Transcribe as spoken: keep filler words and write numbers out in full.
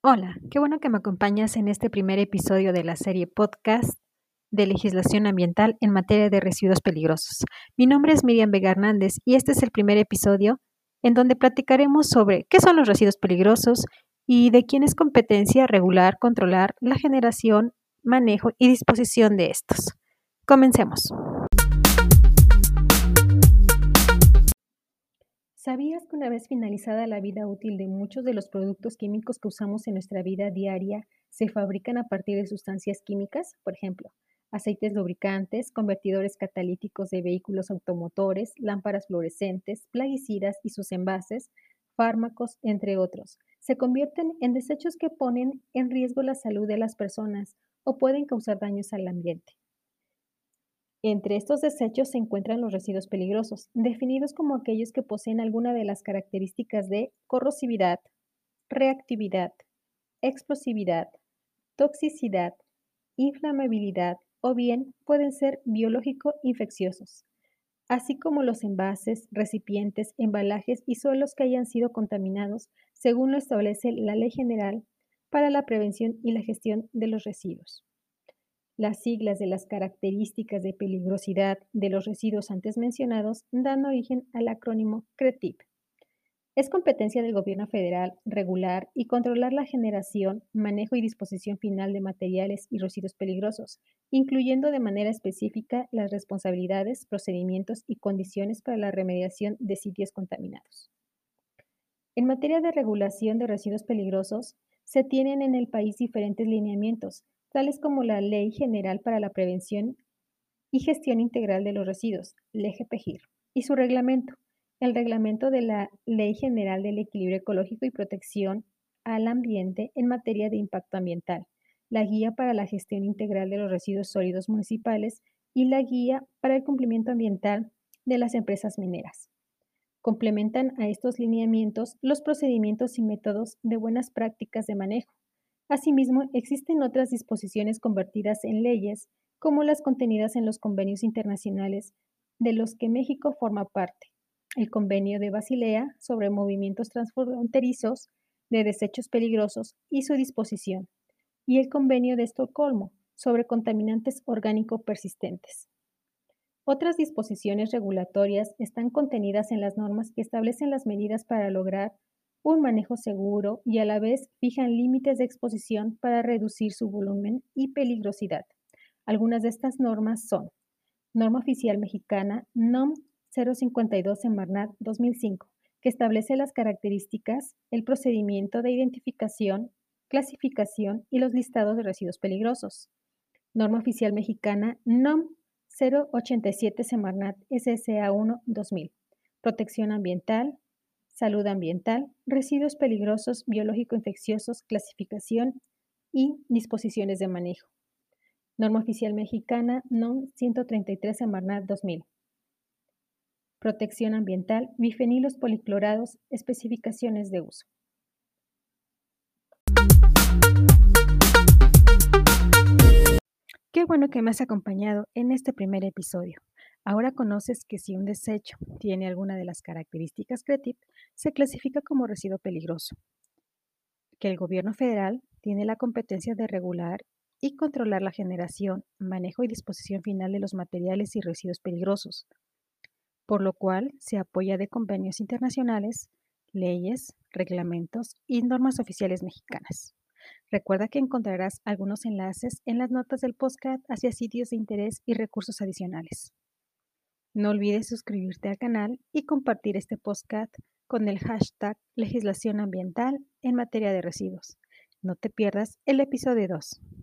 Hola, qué bueno que me acompañas en este primer episodio de la serie podcast de legislación ambiental en materia de residuos peligrosos. Mi nombre es Miriam Vega Hernández y este es el primer episodio en donde platicaremos sobre qué son los residuos peligrosos y de quién es competencia regular, controlar la generación, manejo y disposición de estos. Comencemos. ¿Sabías que una vez finalizada la vida útil de muchos de los productos químicos que usamos en nuestra vida diaria, se fabrican a partir de sustancias químicas? Por ejemplo, aceites lubricantes, convertidores catalíticos de vehículos automotores, lámparas fluorescentes, plaguicidas y sus envases, fármacos, entre otros. Se convierten en desechos que ponen en riesgo la salud de las personas o pueden causar daños al ambiente. Entre estos desechos se encuentran los residuos peligrosos, definidos como aquellos que poseen alguna de las características de corrosividad, reactividad, explosividad, toxicidad, inflamabilidad o bien pueden ser biológico-infecciosos, así como los envases, recipientes, embalajes y suelos que hayan sido contaminados, según lo establece la Ley General para la Prevención y la Gestión de los Residuos. Las siglas de las características de peligrosidad de los residuos antes mencionados dan origen al acrónimo CRETIP. Es competencia del Gobierno federal regular y controlar la generación, manejo y disposición final de materiales y residuos peligrosos, incluyendo de manera específica las responsabilidades, procedimientos y condiciones para la remediación de sitios contaminados. En materia de regulación de residuos peligrosos, se tienen en el país diferentes lineamientos, tales como la Ley General para la Prevención y Gestión Integral de los Residuos, L G P G I R, y su reglamento, el reglamento de la Ley General del Equilibrio Ecológico y Protección al Ambiente en materia de impacto ambiental, la Guía para la Gestión Integral de los Residuos Sólidos Municipales y la Guía para el Cumplimiento Ambiental de las Empresas Mineras. Complementan a estos lineamientos los procedimientos y métodos de buenas prácticas de manejo. Asimismo, existen otras disposiciones convertidas en leyes, como las contenidas en los convenios internacionales de los que México forma parte. El Convenio de Basilea sobre movimientos transfronterizos de desechos peligrosos y su disposición, y el Convenio de Estocolmo sobre contaminantes orgánicos persistentes. Otras disposiciones regulatorias están contenidas en las normas que establecen las medidas para lograr un manejo seguro y a la vez fijan límites de exposición para reducir su volumen y peligrosidad. Algunas de estas normas son Norma Oficial Mexicana N O M cero cincuenta y dos Semarnat dos mil cinco, que establece las características, el procedimiento de identificación, clasificación y los listados de residuos peligrosos. Norma Oficial Mexicana N O M cero ochenta y siete Semarnat S S A uno dos mil, protección ambiental, salud ambiental, residuos peligrosos, biológico-infecciosos, clasificación y disposiciones de manejo. Norma Oficial Mexicana N O M ciento treinta y tres Semarnat dos mil. Protección ambiental, bifenilos policlorados, especificaciones de uso. Qué bueno que me has acompañado en este primer episodio. Ahora conoces que si un desecho tiene alguna de las características CRETIP, se clasifica como residuo peligroso, que el gobierno federal tiene la competencia de regular y controlar la generación, manejo y disposición final de los materiales y residuos peligrosos, por lo cual se apoya de convenios internacionales, leyes, reglamentos y normas oficiales mexicanas. Recuerda que encontrarás algunos enlaces en las notas del podcast hacia sitios de interés y recursos adicionales. No olvides suscribirte al canal y compartir este podcast con el hashtag legislación ambiental en materia de residuos. No te pierdas el episodio dos.